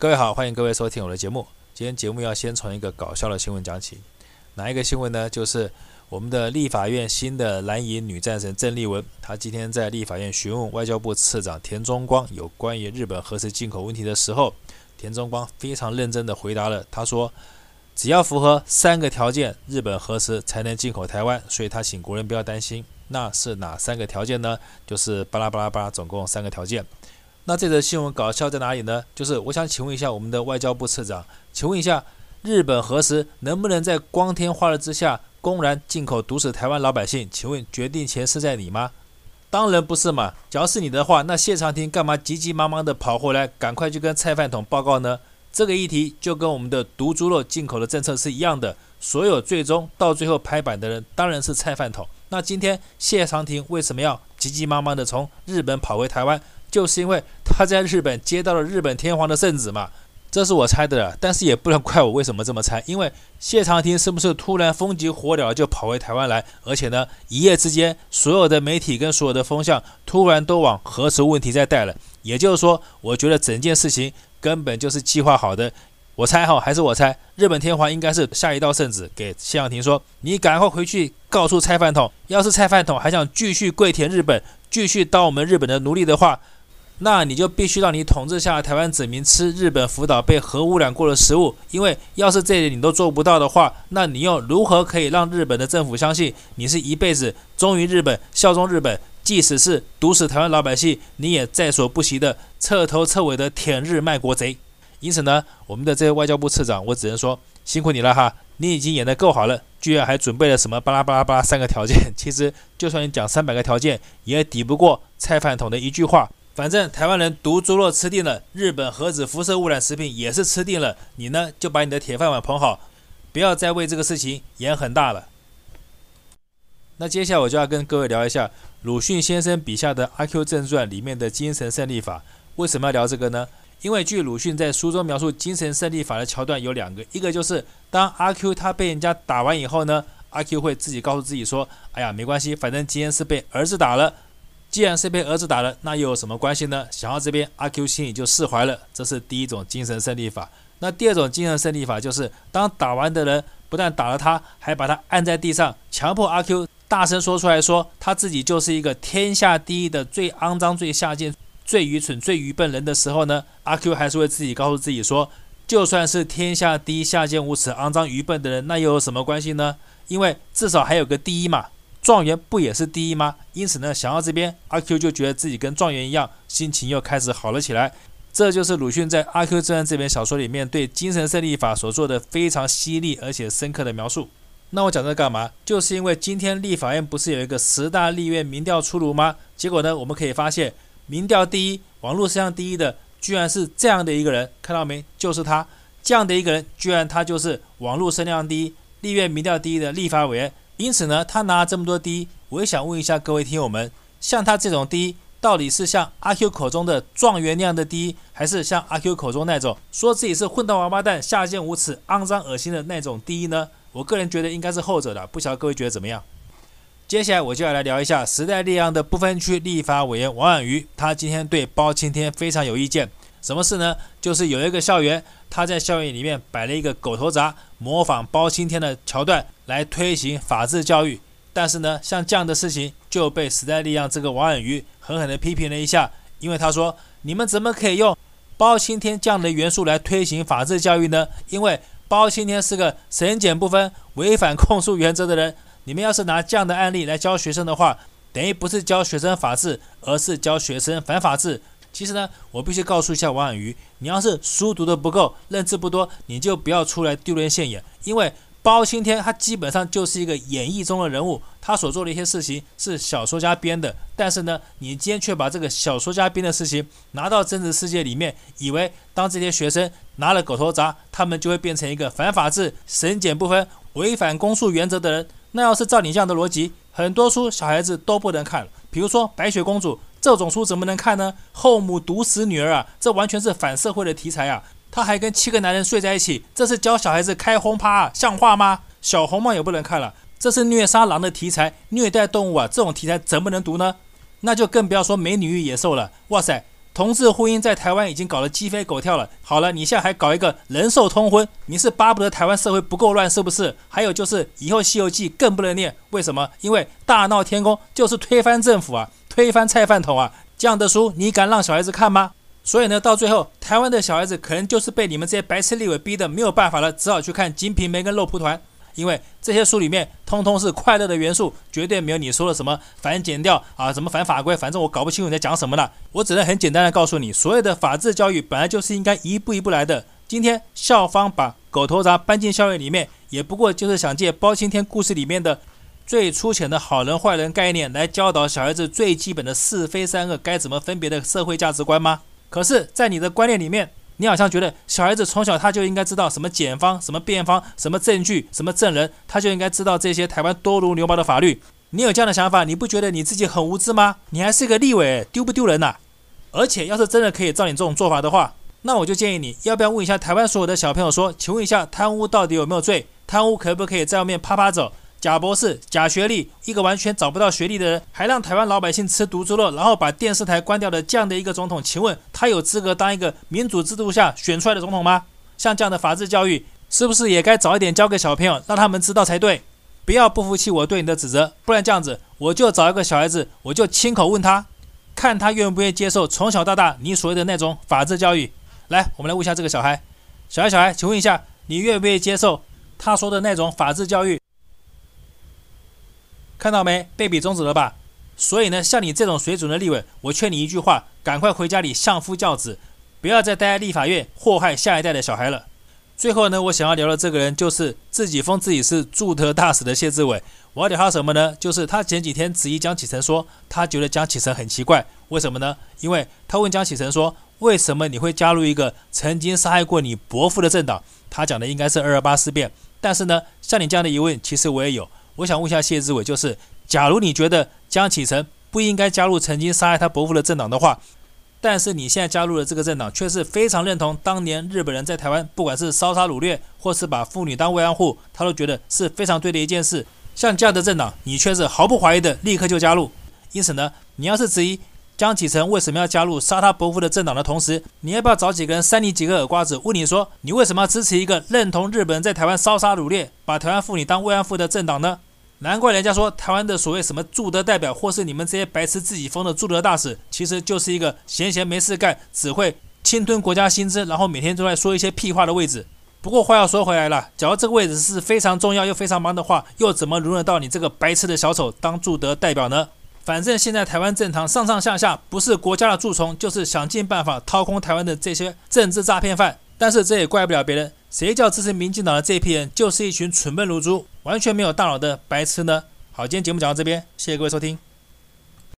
各位好，欢迎各位收听我的节目。今天节目要先从一个搞笑的新闻讲起。哪一个新闻呢？就是我们的立法院新的蓝营女战神郑丽文，她今天在立法院询问外交部次长田中光有关于日本核食进口问题的时候，田中光非常认真地回答了。他说，只要符合3个条件，日本核食才能进口台湾，所以他请国人不要担心。那是哪3个条件呢？就是巴拉巴拉巴拉，总共3个条件。那这则新闻搞笑在哪里呢？就是我想请问一下我们的外交部次长，请问一下，日本核食能不能在光天化日之下公然进口毒死台湾老百姓？请问决定权是在你吗？当然不是嘛！假如是你的话，那谢长廷干嘛急急忙忙的跑回来，赶快去跟蔡饭桶报告呢？这个议题就跟我们的毒猪肉进口的政策是一样的，所有最终到最后拍板的人当然是蔡饭桶。那今天谢长廷为什么要急急忙忙的从日本跑回台湾？就是因为他在日本接到了日本天皇的圣旨嘛，这是我猜的了，但是也不能怪我为什么这么猜，因为谢长廷是不是突然风急火燎就跑回台湾来，而且呢，一夜之间所有的媒体跟所有的风向突然都往核食问题在带了，也就是说，我觉得整件事情根本就是计划好的。我猜还是我猜，日本天皇应该是下一道圣旨给谢长廷说，你赶快回去告诉蔡饭桶，要是蔡饭桶还想继续跪舔日本，继续当我们日本的奴隶的话，那你就必须让你统治下的台湾子民吃日本福岛被核污染过的食物，因为要是这一点你都做不到的话，那你又如何可以让日本的政府相信你是一辈子忠于日本、效忠日本，即使是毒死台湾老百姓，你也在所不惜的彻头彻尾的舔日卖国贼？因此呢，我们的这位外交部次长，我只能说辛苦你了哈，你已经演得够好了，居然还准备了什么巴拉巴拉巴拉3个条件，其实就算你讲300个条件，也抵不过蔡饭桶的一句话。反正台湾人毒猪肉吃定了，日本核子辐射污染食品也是吃定了，你呢就把你的铁饭碗捧好，不要再为这个事情演很大了。那接下来我就要跟各位聊一下鲁迅先生笔下的《阿 Q 正传》里面的精神胜利法。为什么要聊这个呢？因为据鲁迅在书中描述精神胜利法的桥段有2个，一个就是当阿 Q 他被人家打完以后呢，阿 Q 会自己告诉自己说，哎呀没关系，反正今天是被儿子打了，既然是被儿子打了，那又有什么关系呢？想到这边，阿 Q 心里就释怀了，这是第一种精神胜利法。那第二种精神胜利法就是，当打完的人不但打了他，还把他按在地上，强迫阿 Q 大声说出来说，他自己就是一个天下第一的最肮脏、最下贱、最愚蠢、最愚笨人的时候呢，阿 Q 还是会自己告诉自己说，就算是天下第一下贱无耻、肮脏愚笨的人，那又有什么关系呢？因为至少还有个第一嘛。状元不也是第一吗？因此呢，想到这边，阿 Q 就觉得自己跟状元一样，心情又开始好了起来。这就是鲁迅在《阿 Q 正传》这本小说里面对精神胜利法所做的非常犀利而且深刻的描述。那我讲这干嘛？就是因为今天立法院不是有一个10大立院民调出炉吗？结果呢，我们可以发现，民调第一、网络声量第一的，居然是这样的一个人，看到没？就是他。这样的一个人，居然他就是网络声量第一、立院民调第一的立法委员。因此呢，他拿了这么多第一，我也想问一下各位听友们，像他这种第一，到底是像阿 Q 口中的状元那样的第一，还是像阿 Q 口中那种说自己是混蛋王八蛋、下贱无耻、肮脏恶心的那种第一呢？我个人觉得应该是后者的，不晓得各位觉得怎么样？接下来我就要来聊一下时代力量的不分区立法委员王婉瑜，他今天对包青天非常有意见。什么事呢？就是有一个校园，他在校园里面摆了一个狗头铡，模仿包青天的桥段来推行法治教育。但是呢，像这样的事情就被时代力量这个王婉瑜狠狠地批评了一下，因为他说，你们怎么可以用包青天这样的元素来推行法治教育呢？因为包青天是个审检不分、违反控诉原则的人，你们要是拿这样的案例来教学生的话，等于不是教学生法治，而是教学生反法治。其实呢，我必须告诉一下王婉瑜，你要是书读的不够，认知不多，你就不要出来丢人现眼。因为包青天他基本上就是一个演绎中的人物，他所做的一些事情是小说家编的，但是呢，你今天却把这个小说家编的事情拿到真实世界里面，以为当这些学生拿了狗头铡，他们就会变成一个反法治、审检不分、违反公诉原则的人。那要是照你这样的逻辑，很多书小孩子都不能看了，比如说《白雪公主》这种书怎么能看呢？后母毒死女儿啊，这完全是反社会的题材啊！他还跟7个男人睡在一起，这是教小孩子开轰趴啊，像话吗？小红帽也不能看了，这是虐杀狼的题材，虐待动物啊，这种题材怎么能读呢？那就更不要说美女与野兽了，哇塞！ 同志婚姻在台湾已经搞得鸡飞狗跳了，好了，你现在还搞一个人兽通婚，你是巴不得台湾社会不够乱是不是？还有就是以后西游记更不能念，为什么？因为大闹天宫就是推翻政府啊，推翻菜饭桶啊，这样的书你敢让小孩子看吗？所以呢，到最后台湾的小孩子可能就是被你们这些白痴立委逼得没有办法了，只好去看《金瓶梅》跟《肉蒲团》，因为这些书里面通通是快乐的元素，绝对没有你说的什么反检调啊，什么反法规，反正我搞不清楚你在讲什么了。我只能很简单的告诉你，所有的法治教育本来就是应该一步一步来的。今天校方把狗头铡搬进校园里面，也不过就是想借包青天故事里面的最粗浅的好人坏人概念来教导小孩子最基本的是非善恶该怎么分别的社会价值观吗？可是在你的观念里面，你好像觉得小孩子从小他就应该知道什么检方、什么辩方、什么证据、什么证人，他就应该知道这些台湾多如牛毛的法律。你有这样的想法，你不觉得你自己很无知吗？你还是个立委，丢不丢人啊？而且要是真的可以照你这种做法的话，那我就建议你要不要问一下台湾所有的小朋友说，请问一下贪污到底有没有罪？贪污可不可以在外面啪啪走？假博士、假学历，一个完全找不到学历的人，还让台湾老百姓吃毒猪肉，然后把电视台关掉的这样的一个总统，请问他有资格当一个民主制度下选出来的总统吗？像这样的法治教育，是不是也该早一点教给小朋友，让他们知道才对？不要不服气我对你的指责，不然这样子，我就找一个小孩子，我就亲口问他，看他愿不愿意接受从小到大你所谓的那种法治教育。来，我们来问一下这个小孩，小孩，请问一下，你愿不愿意接受他说的那种法治教育？看到没？被比中指了吧？所以呢，像你这种水准的立委，我劝你一句话，赶快回家里相夫教子，不要再待在立法院祸害下一代的小孩了。最后呢，我想要聊的这个人就是自己封自己是驻德大使的谢志伟。我要聊他什么呢？就是他前几天质疑江启臣说，他觉得江启臣很奇怪，为什么呢？因为他问江启臣说，为什么你会加入一个曾经杀害过你伯父的政党？他讲的应该是228事变，但是呢，像你这样的疑问，其实我也有。我想问一下谢志伟，就是假如你觉得江启臣不应该加入曾经杀害他伯父的政党的话，但是你现在加入了这个政党，却是非常认同当年日本人在台湾不管是烧杀掳掠，或是把妇女当慰安妇，他都觉得是非常对的一件事。像这样的政党，你却是毫不怀疑的立刻就加入。因此呢，你要是质疑江启臣为什么要加入杀他伯父的政党的同时，你要不要找几个人扇你几个耳瓜子，问你说，你为什么要支持一个认同日本人在台湾烧杀掳掠，把台湾妇女当慰安妇的政党呢？难怪人家说台湾的所谓什么驻德代表，或是你们这些白痴自己封的驻德大使，其实就是一个闲闲没事干，只会侵吞国家薪资，然后每天都在说一些屁话的位置。不过话要说回来了，假如这个位置是非常重要又非常忙的话，又怎么轮得到你这个白痴的小丑当驻德代表呢？反正现在台湾政坛上上下下不是国家的蛀虫，就是想尽办法掏空台湾的这些政治诈骗犯。但是这也怪不了别人，谁叫支持民进党的这批人就是一群蠢笨如猪，完全没有大脑的白痴呢？好，今天节目讲到这边，谢谢各位收听。